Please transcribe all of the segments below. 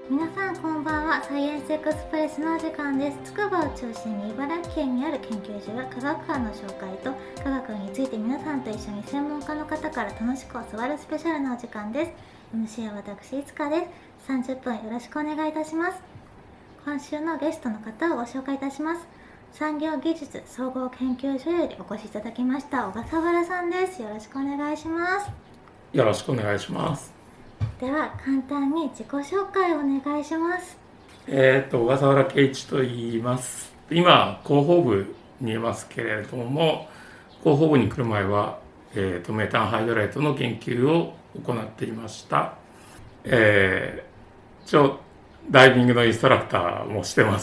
皆さんこんばんは。サイエンスエクスプレスのお時間です。つくばを中心に茨城県にある研究所や科学館の紹介と科学について皆さんと一緒に専門家の方から楽しく教わるスペシャルなお時間です。 MC は私いつかです。30分よろしくお願いいたします。今週のゲストの方をご紹介いたします。産業技術総合研究所よりお越しいただきました小笠原さんです。よろしくお願いします。 よろしくお願いします。 では簡単に自己紹介をお願いします。 小笠原圭一と言います。今広報部にいますけれども、広報部に来る前は、メタンハイドレートの研究を行っていました。一応ダイビングのインストラクターもしてます。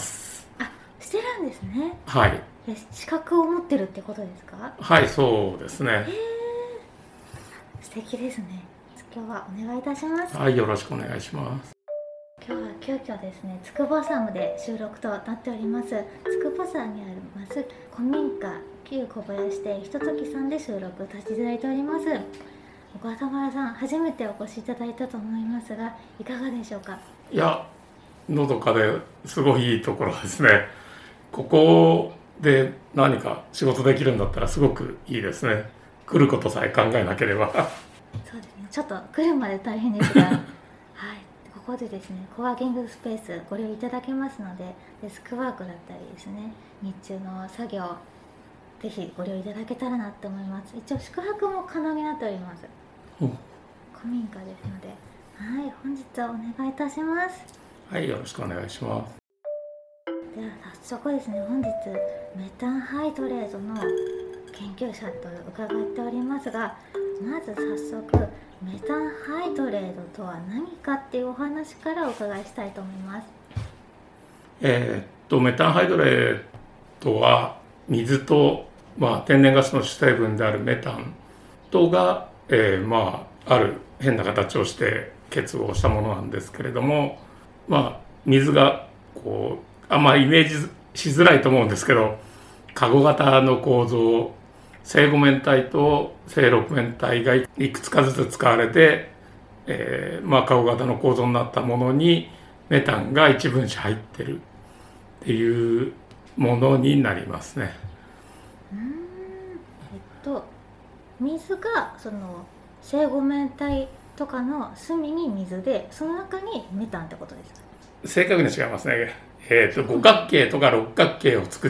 あ、してるんですね。 はい。 資格を持ってるってことですか？ はい、そうですね。 素敵ですね。今日はお願いいたします。 はい、よろしくお願いします。 今日は急遽ですね、筑波山で収録となっております。筑波山にあります古民家旧小林亭ひとときさんで収録させていただいております。小笠原さん、初めてお越しいただいたと思いますが、いかがでしょうか？ いや、のどかですごいいいところですね。ここで何か仕事できるんだったらすごくいいですね。来ることさえ考えなければ。 そうですね、ちょっと来るまで大変ですがはい、ここでですね、コワーキングスペースご利用いただけますので、デスクワークだったりですね、日中の作業ぜひご利用いただけたらなと思います。一応宿泊も可能になっております。古民家ですので、はい、本日はお願いいたします。 はい、よろしくお願いします。 では早速ですね、本日メタンハイドレートの研究者と伺っておりますが、まず早速メタンハイドレートとは何かっていうお話からお伺いしたいと思います。 メタンハイドレートは水と、天然ガスの主成分であるメタンとが、ある変な形をして結合したものなんですけれども、水がこうあんまりイメージしづらいと思うんですけど、カゴ型の構造、正五面体と正六面体がいくつかずつ使われて、カゴ型の構造になったものにメタンが一分子入ってるっていうものになりますね。 水がその正五面体とかの隅に水で、その中にメタンってことですか？ 正確に違いますね。五角形とか六角形を作って、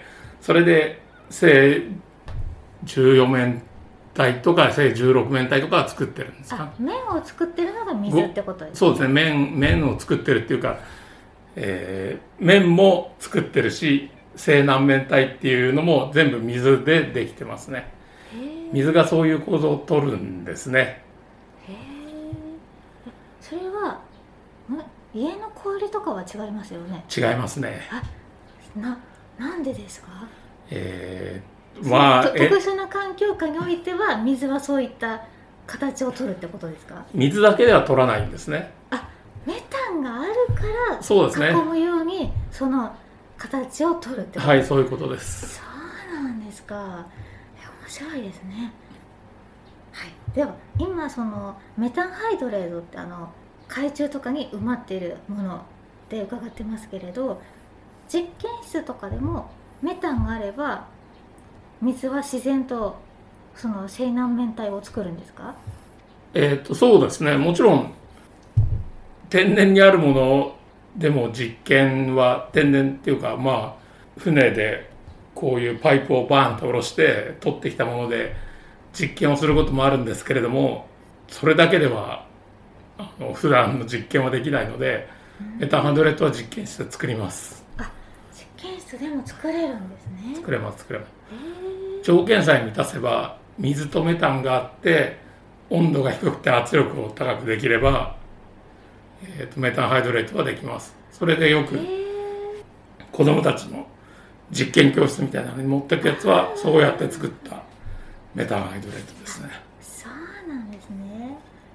それで正14面体とか正16面体とか作ってるんですか？ 面を作ってるのが水ってことですか？ そうですね。面を作ってるっていうか、面も作ってるし、正南面体っていうのも全部水でできてますね。水がそういう構造を取るんですね。 それは家の氷とかは違いますよね？ 違いますね。 なんでですか？特殊な環境下においては水はそういった形を取るってことですか？ 水だけでは取らないんですね。 メタンがあるからそうですね、 囲むようにその形を取るってことですか？ はい、そういうことです。 そうなんですか。面白いですね。はい、では今そのメタンハイドレートって海中とかに埋まっているもので伺ってますけれど、実験室とかでもメタンがあれば水は自然とその正南面体を作るんですか？ そうですね。もちろん天然にあるものでも実験は天然っていうか、船でこういうパイプをバーンと下ろして取ってきたもので実験をすることもあるんですけれども、それだけでは普段の実験はできないので、メタンハイドレートは実験室で作ります。 実験室でも作れるんですね。 作れます。条件さえ満たせば、水とメタンがあって温度が低くて圧力を高くできれば、メタンハイドレートはできます。それでよく子どもたちの実験教室みたいなのに持ってくやつはそうやって作ったメタンハイドレートですね。 そうなんですね。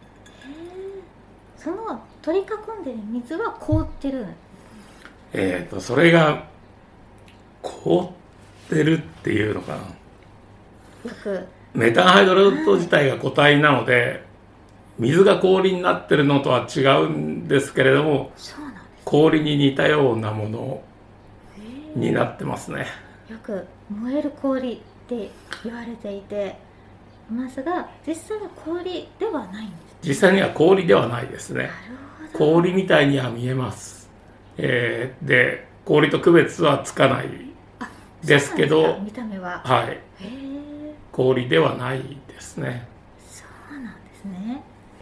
その取り囲んでる水は凍ってる？ それが凍ってるっていうのかな。メタンハイドレート自体が固体なので、水が氷になってるのとは違うんですけれども、 氷に似たようなものになってますね。 よく燃える氷って言われていていますが、実際は氷ではないんです。 実際には氷ではないですね。 なるほど。 氷みたいには見えます。で氷と区別はつかないですけど、 見た目は、 はい、氷ではないですね。 そうなんですね。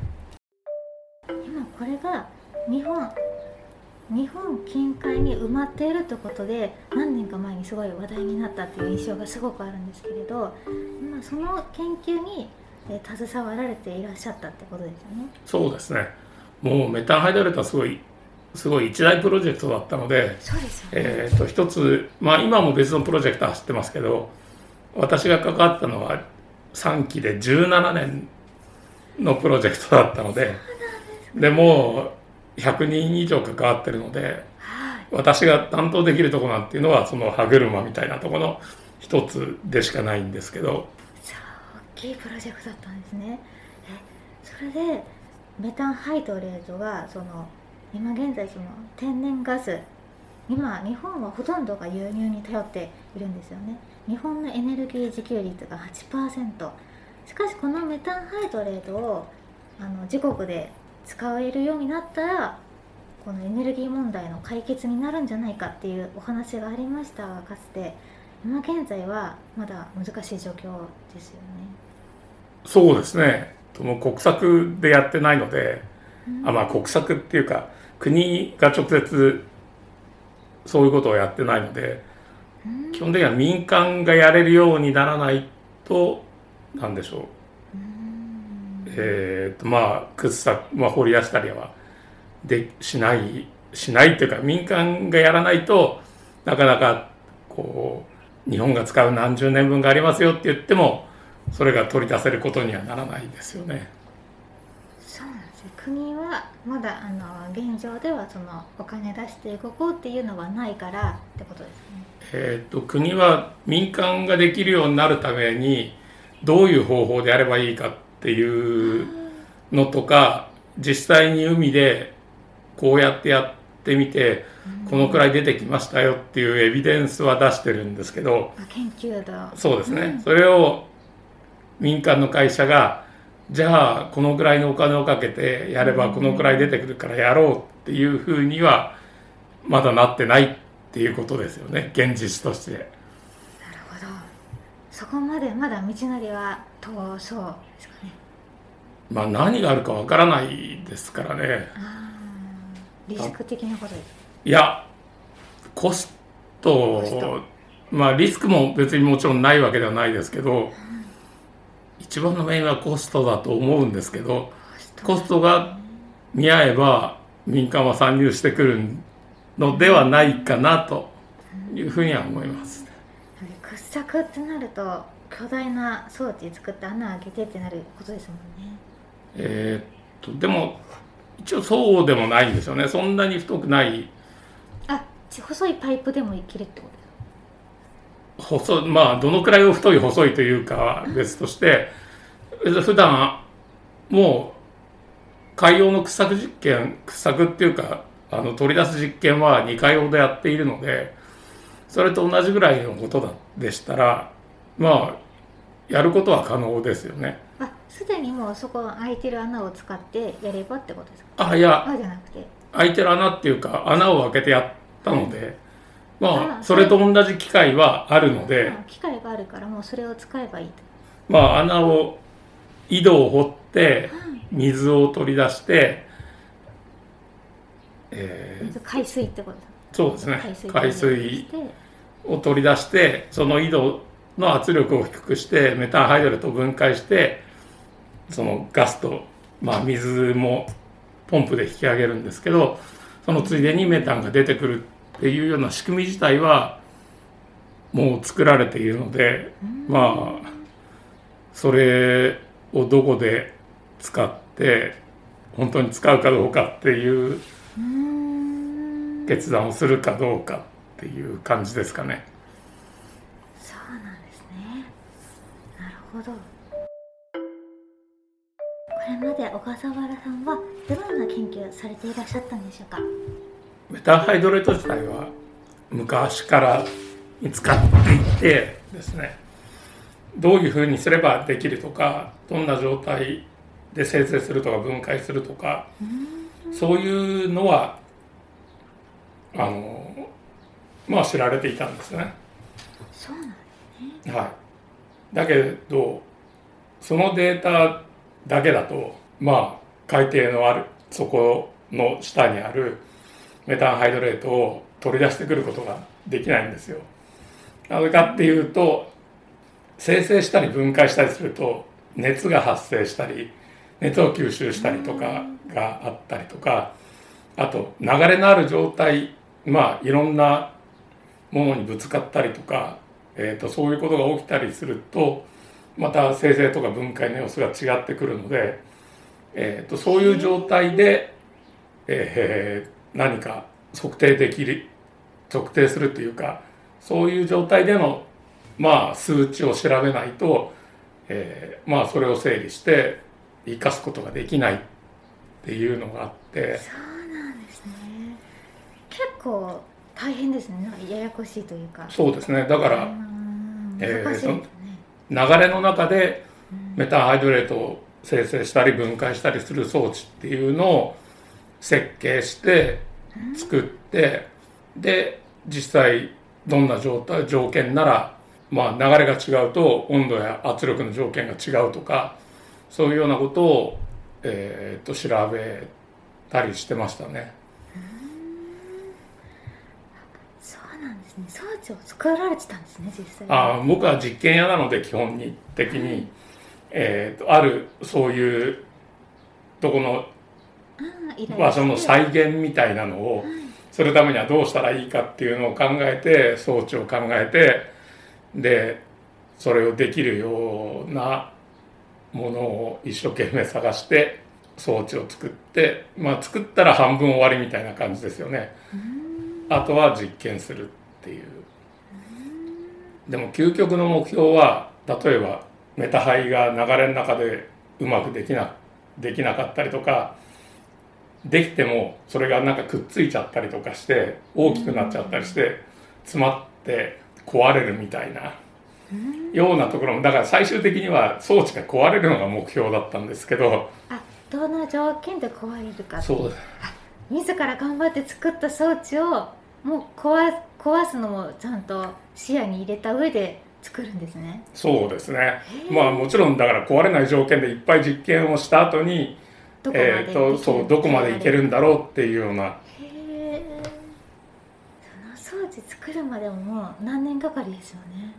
今これが日本近海に埋まっているということで、何年か前にすごい話題になったっていう印象がすごくあるんですけれど、今その研究に携わられていらっしゃったってことですよね。 そうですね。もうメタンハイドレートはすごい一大プロジェクトだったので、 そうですよね。 一つ、今も別のプロジェクト走ってますけど、私が関わったのは3期で17年のプロジェクトだったので、でもう100人以上関わってるので、私が担当できるところなんていうのはその歯車みたいなところの一つでしかないんですけど。 大きいプロジェクトだったんですね。それでメタンハイドレートが今現在天然ガス、今日本はほとんどが輸入に頼っているんですよね。日本のエネルギー自給率が 8%。 しかしこのメタンハイドレートを自国で使えるようになったら、このエネルギー問題の解決になるんじゃないかっていうお話がありましたが、かつて今現在はまだ難しい状況ですよね。 そうですね。国策でやってないので、国策っていうか国が直接そういうことをやってないので、基本的には民間がやれるようにならないと、なんでしょう、掘り出したりはしないというか、民間がやらないとなかなか日本が使う何十年分がありますよって言ってもそれが取り出せることにはならないですよね。 そうなんですね。国はまだ現状ではお金出して動こうっていうのはないからってことですね。 国は民間ができるようになるためにどういう方法でやればいいかっていうのとか、実際に海でこうやってやってみてこのくらい出てきましたよっていうエビデンスは出してるんですけど、 研究だ。 そうですね、それを民間の会社がじゃあこのくらいのお金をかけてやればこのくらい出てくるからやろうっていうふうにはまだなってないっていうことですよね、現実として。 なるほど。そこまでまだ道のりは遠そうですかね。 何があるかわからないですからね。 リスク的なことですか。 いや、コスト、リスクも別にもちろんないわけではないですけど、一番のメインはコストだと思うんですけど、コストが見合えば民間は参入してくるのではないかなというふうには思います。 掘削ってなると巨大な装置作って穴開けてってなることですもんね。 でも一応そうでもないんですよね。そんなに太くない。 細いパイプでもいけるってことですか。 どのくらいを太い細いというかは別として、普段もう海洋の掘削っていうか取り出す実験は2回ほどやっているので、それと同じぐらいのことでしたらやることは可能ですよね。 すでにもうそこ空いてる穴を使ってやればってことですか。 いや、 じゃなくて空いてる穴っていうか穴を開けてやったので、それと同じ機械はあるので、 機械があるからもうそれを使えばいいと。井戸を掘って水を取り出して、 海水ってことですか。 そうですね、海水を取り出して、その井戸の圧力を低くしてメタンハイドレートを分解して、そのガスと、水もポンプで引き上げるんですけど、そのついでにメタンが出てくるっていうような仕組み自体はもう作られているので、それをどこで使って本当に使うかどうかっていう決断をするかどうかっていう感じですかね。 そうなんですね。なるほど。これまで小笠原さんはどのような研究されていらっしゃったんでしょうか。 メタンハイドレート自体は昔から見つかっていてですね、どういうふうにすればできるとか、どんな状態で生成するとか分解するとか、そういうのは知られていたんですね。 そうなんですね。 はい。だけどそのデータだけだと海底のある底の下にあるメタンハイドレートを取り出してくることができないんですよ。なぜかっていうと、生成したり分解したりすると熱が発生したり熱を吸収したりとかがあったりとか、あと流れのある状態、いろんなものにぶつかったりとか、そういうことが起きたりするとまた生成とか分解の様子が違ってくるので、そういう状態で、何か測定するというか、そういう状態での数値を調べないと、それを整理して生かすことができないっていうのがあって。 そうなんですね。結構大変ですね。ややこしいというか。 そうですね。だから難しいですね。 流れの中でメタンハイドレートを生成したり分解したりする装置っていうのを設計して作って、で実際どんな条件なら、流れが違うと温度や圧力の条件が違うとか、そういうようなことを、調べたりしてましたね。 そうなんですね。装置を作られてたんですね、実際。 僕は実験屋なので基本的に、あるそういうとこの場所の再現みたいなのをするためにはどうしたらいいかっていうのを考えて、装置を考えて、でそれをできるようなものを一生懸命探して装置を作って、作ったら半分終わりみたいな感じですよね。あとは実験するっていう。でも究極の目標は、例えばメタハイが流れの中でうまくできなかったりとか、できてもそれがくっついちゃったりとかして大きくなっちゃったりして詰まって壊れるみたいなようなところも、だから最終的には装置が壊れるのが目標だったんですけど。 どの条件で壊れるか。 そうです。 自ら頑張って作った装置をもう壊すのもちゃんと視野に入れた上で作るんですね。 そうですね。もちろんだから壊れない条件でいっぱい実験をした後にどこまでいけるんだろうっていうような。 その装置作るまでももう何年かかりですよね。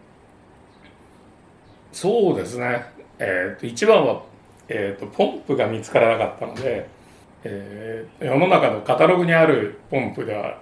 そうですね。一番は、ポンプが見つからなかったので、世の中のカタログにあるポンプでは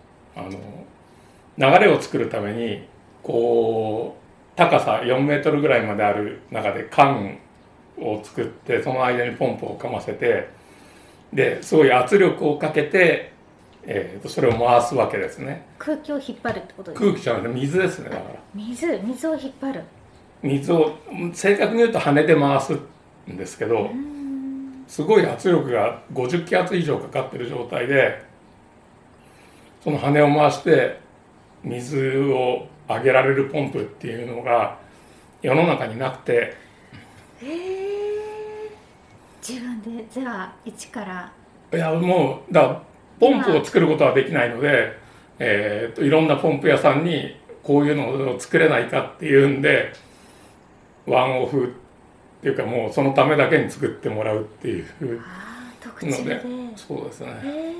流れを作るために高さ4メートルぐらいまである中で管を作って、その間にポンプをかませて、ですごい圧力をかけて、それを回すわけですね。 空気を引っ張るってことですか？ 空気じゃなくて水ですね。だから水を引っ張る。 水を正確に言うと羽で回すんですけど、すごい圧力が50気圧以上かかってる状態で、その羽を回して水を上げられるポンプっていうのが世の中になくて。 自分でじゃあ一から。 いや、もうだからポンプを作ることはできないので、いろんなポンプ屋さんにこういうのを作れないかっていうんで、ワンオフっていうか、もうそのためだけに作ってもらうっていうので。そうですね。そうなんですね。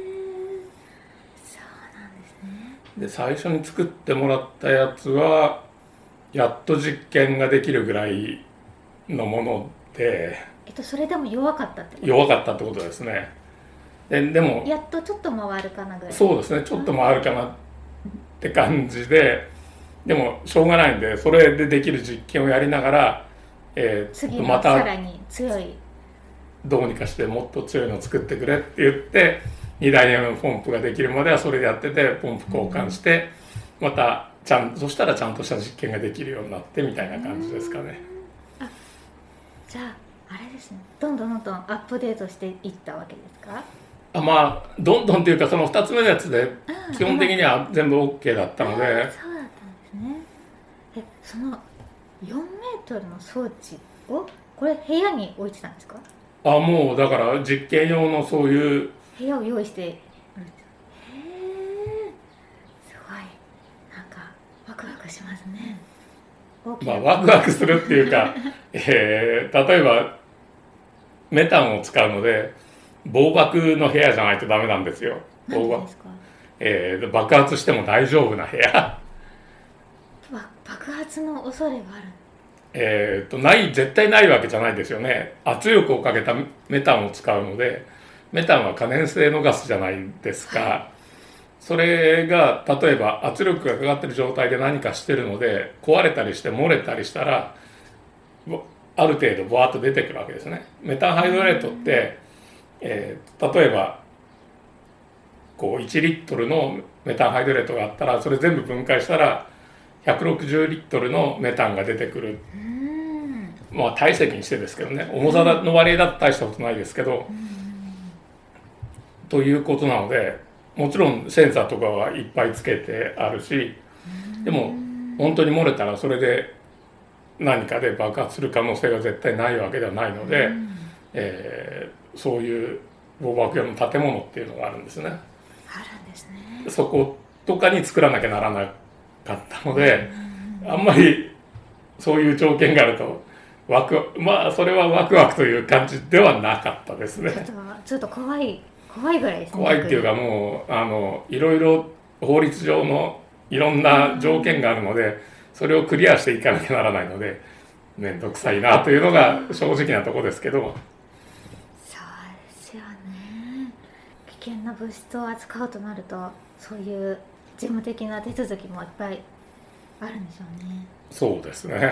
で最初に作ってもらったやつはやっと実験ができるぐらいのもので、 それでも弱かったってこと？ 弱かったってことですね。でもやっとちょっと回るかなぐらい。 そうですね、ちょっと回るかなって感じで、でもしょうがないんで、それでできる実験をやりながら、 次のさらに強い、 どうにかしてもっと強いのを作ってくれって言って、2台目のポンプができるまではそれでやってて、ポンプ交換して、またそしたらちゃんとした実験ができるようになってみたいな感じですかね。 じゃああれですね、どんどんアップデートしていったわけですか？ まあどんどんというかその2つ目のやつで基本的には全部 OK だったので、 そうだったんですね。その4メートルの装置をこれ部屋に置いてたんですか？ もうだから実験用のそういう部屋を用意してるんです。すごいなんかワクワクしますね。 ワクワクするっていうか、例えばメタンを使うので防爆の部屋じゃないとダメなんですよ。 何ですか？ 爆発しても大丈夫な部屋。 爆発の恐れがある？ 絶対ないわけじゃないですよね。圧力をかけたメタンを使うので、メタンは可燃性のガスじゃないですか、はい、それが例えば圧力がかかってる状態で何かしてるので壊れたりして漏れたりしたらある程度ボワッと出てくるわけですね。メタンハイドレートって、例えばこう1リットルのメタンハイドレートがあったらそれ全部分解したら160リットルのメタンが出てくる。まあ体積にしてですけどね、重さの割合だと大したことないですけど、ということなので、もちろんセンサーとかはいっぱいつけてあるし、でも本当に漏れたらそれで何かで爆発する可能性が絶対ないわけではないので、そういう防爆用の建物っていうのがあるんですね。 あるんですね。 そことかに作らなきゃならなかったので、あんまりそういう条件があるとまあそれはワクワクという感じではなかったですね。 ちょっと怖いぐらいですね。 怖いっていうかもういろいろ法律上のいろんな条件があるのでそれをクリアしていかなきゃならないので面倒くさいなというのが正直なところですけど。 そうですよね。危険な物質を扱うとなるとそういう事務的な手続きもいっぱいあるんでしょうね。 そうですね。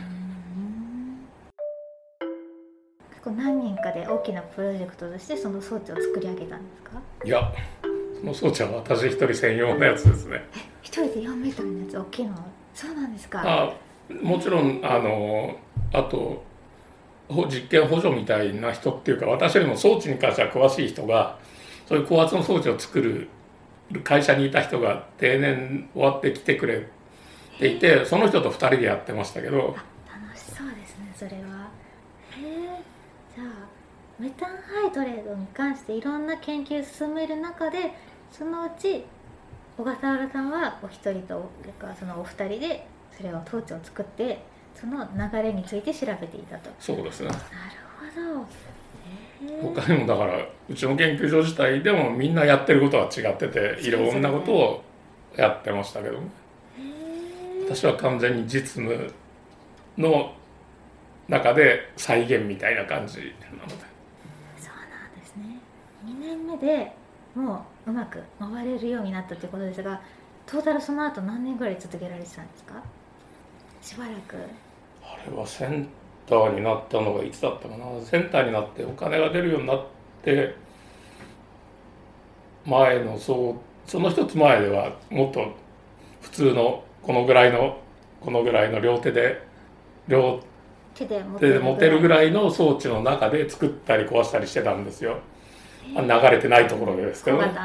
何人かで大きなプロジェクトとしてその装置を作り上げたんですか？ いや、その装置は私一人専用のやつですね。 一人で4メートルのやつ大きいの？そうなんですか？ もちろんあと実験補助みたいな人っていうか私よりも装置に関しては詳しい人がそういう高圧の装置を作る会社にいた人が定年終わってきてくれていてその人と2人でやってましたけど。 楽しそうですねそれは。じゃあメタンハイドレートに関していろんな研究を進める中でそのうち小笠原さんはお一人とそのお二人でそれを装置を作ってその流れについて調べていたと。 そうですね。 なるほど。他にもだからうちの研究所自体でもみんなやってることは違ってていろんなことをやってましたけど、私は完全に実務の中で再現みたいな感じなので。 そうなんですね。2年目でもううまく回れるようになったということですがトータルその後何年ぐらい続けられてたんですか？しばらく。あれはセンターになったのがいつだったかな。センターになってお金が出るようになって前のその一つ前ではもっと普通のこのぐらいの両手で持てるぐらいの装置の中で作ったり壊したりしてたんですよ。流れてないところでですけどね。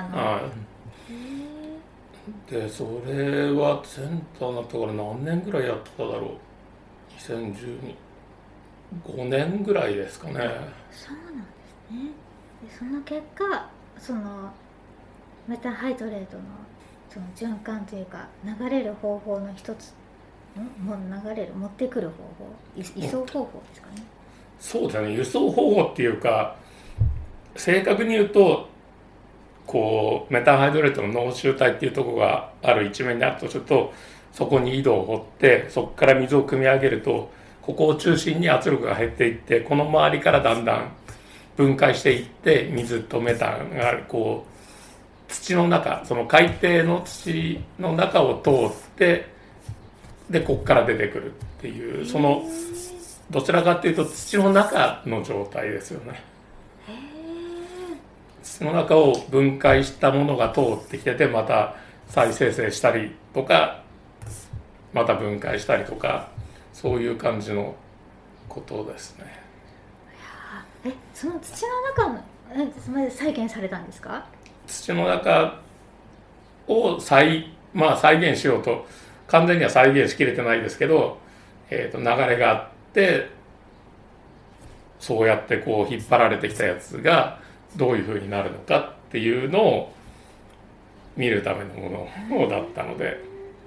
でそれはセンターになったから何年ぐらいやってただろう。2015年ぐらいですかね。 そうなんですね。でその結果そのメタンハイドレートのその循環というか流れる方法の一つ持ってくる方法輸送方法ですかね。 そうですね。輸送方法っていうか正確に言うとこうメタンハイドレートの濃集体っていうところがある一面にあるとするとそこに井戸を掘ってそこから水を汲み上げるとここを中心に圧力が減っていってこの周りからだんだん分解していって水とメタンがこう土の中その海底の土の中を通ってでここから出てくるっていうそのどちらかっていうと土の中の状態ですよね。土の中を分解したものが通ってきててまた再生成したりとかまた分解したりとかそういう感じのことですね。 その土の中それで再現されたんですか？ 土の中を再現しようと、完全には再現しきれてないですけど、流れがあってそうやってこう引っ張られてきたやつがどういうふうになるのかっていうのを見るためのものだったので。なる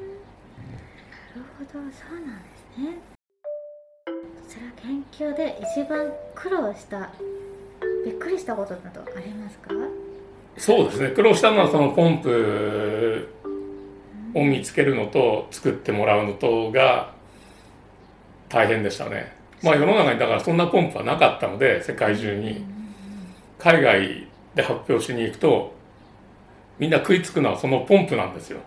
ほど、そうなんですね。そちら研究で一番苦労した、びっくりしたことなどありますか？ そうですね、苦労したのはそのポンプを見つけるのと作ってもらうのとが大変でしたね。世の中にだからそんなポンプはなかったので、世界中に海外で発表しに行くとみんな食いつくのはそのポンプなんですよ。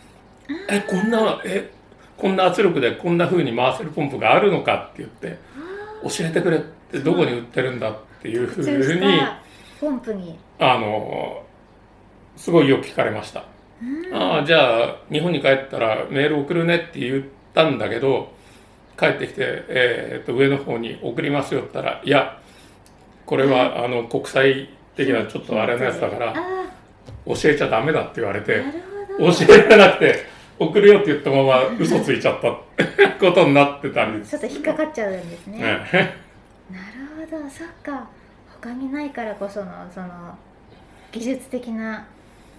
こんな圧力でこんな風に回せるポンプがあるのかって言って教えてくれってどこに売ってるんだっていう風にポンプにすごいよく聞かれました。じゃあ日本に帰ったらメール送るねって言ったんだけど、帰ってきて、上の方に送りますよって言ったら、いやこれは国際的なちょっとあれのやつだから教えちゃダメだって言われて、教えられなくて送るよって言ったまま嘘ついちゃったことになってたりちょっと引っかかっちゃうんですね。なるほど、そっか、他にないからこそのその技術的な、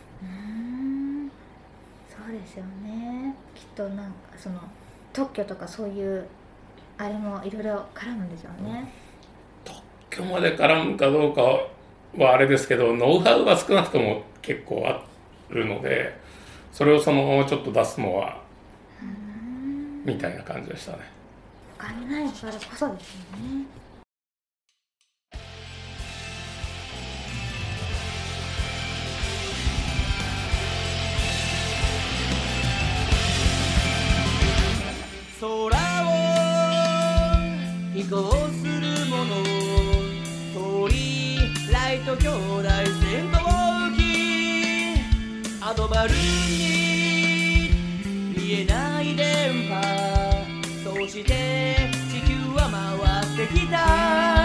そうですよね。きっとなんかその特許とかそういうあれもいろいろ絡むんでしょうね。 特許まで絡むかどうかはあれですけど、ノウハウは少なくとも結構あるので、それをそのままちょっと出すのはみたいな感じでしたね。 他にないからこそですよね。 空を飛行するもの、鳥ライト兄弟戦闘機、アドバルに見えない電波、そうして地球は回ってきた。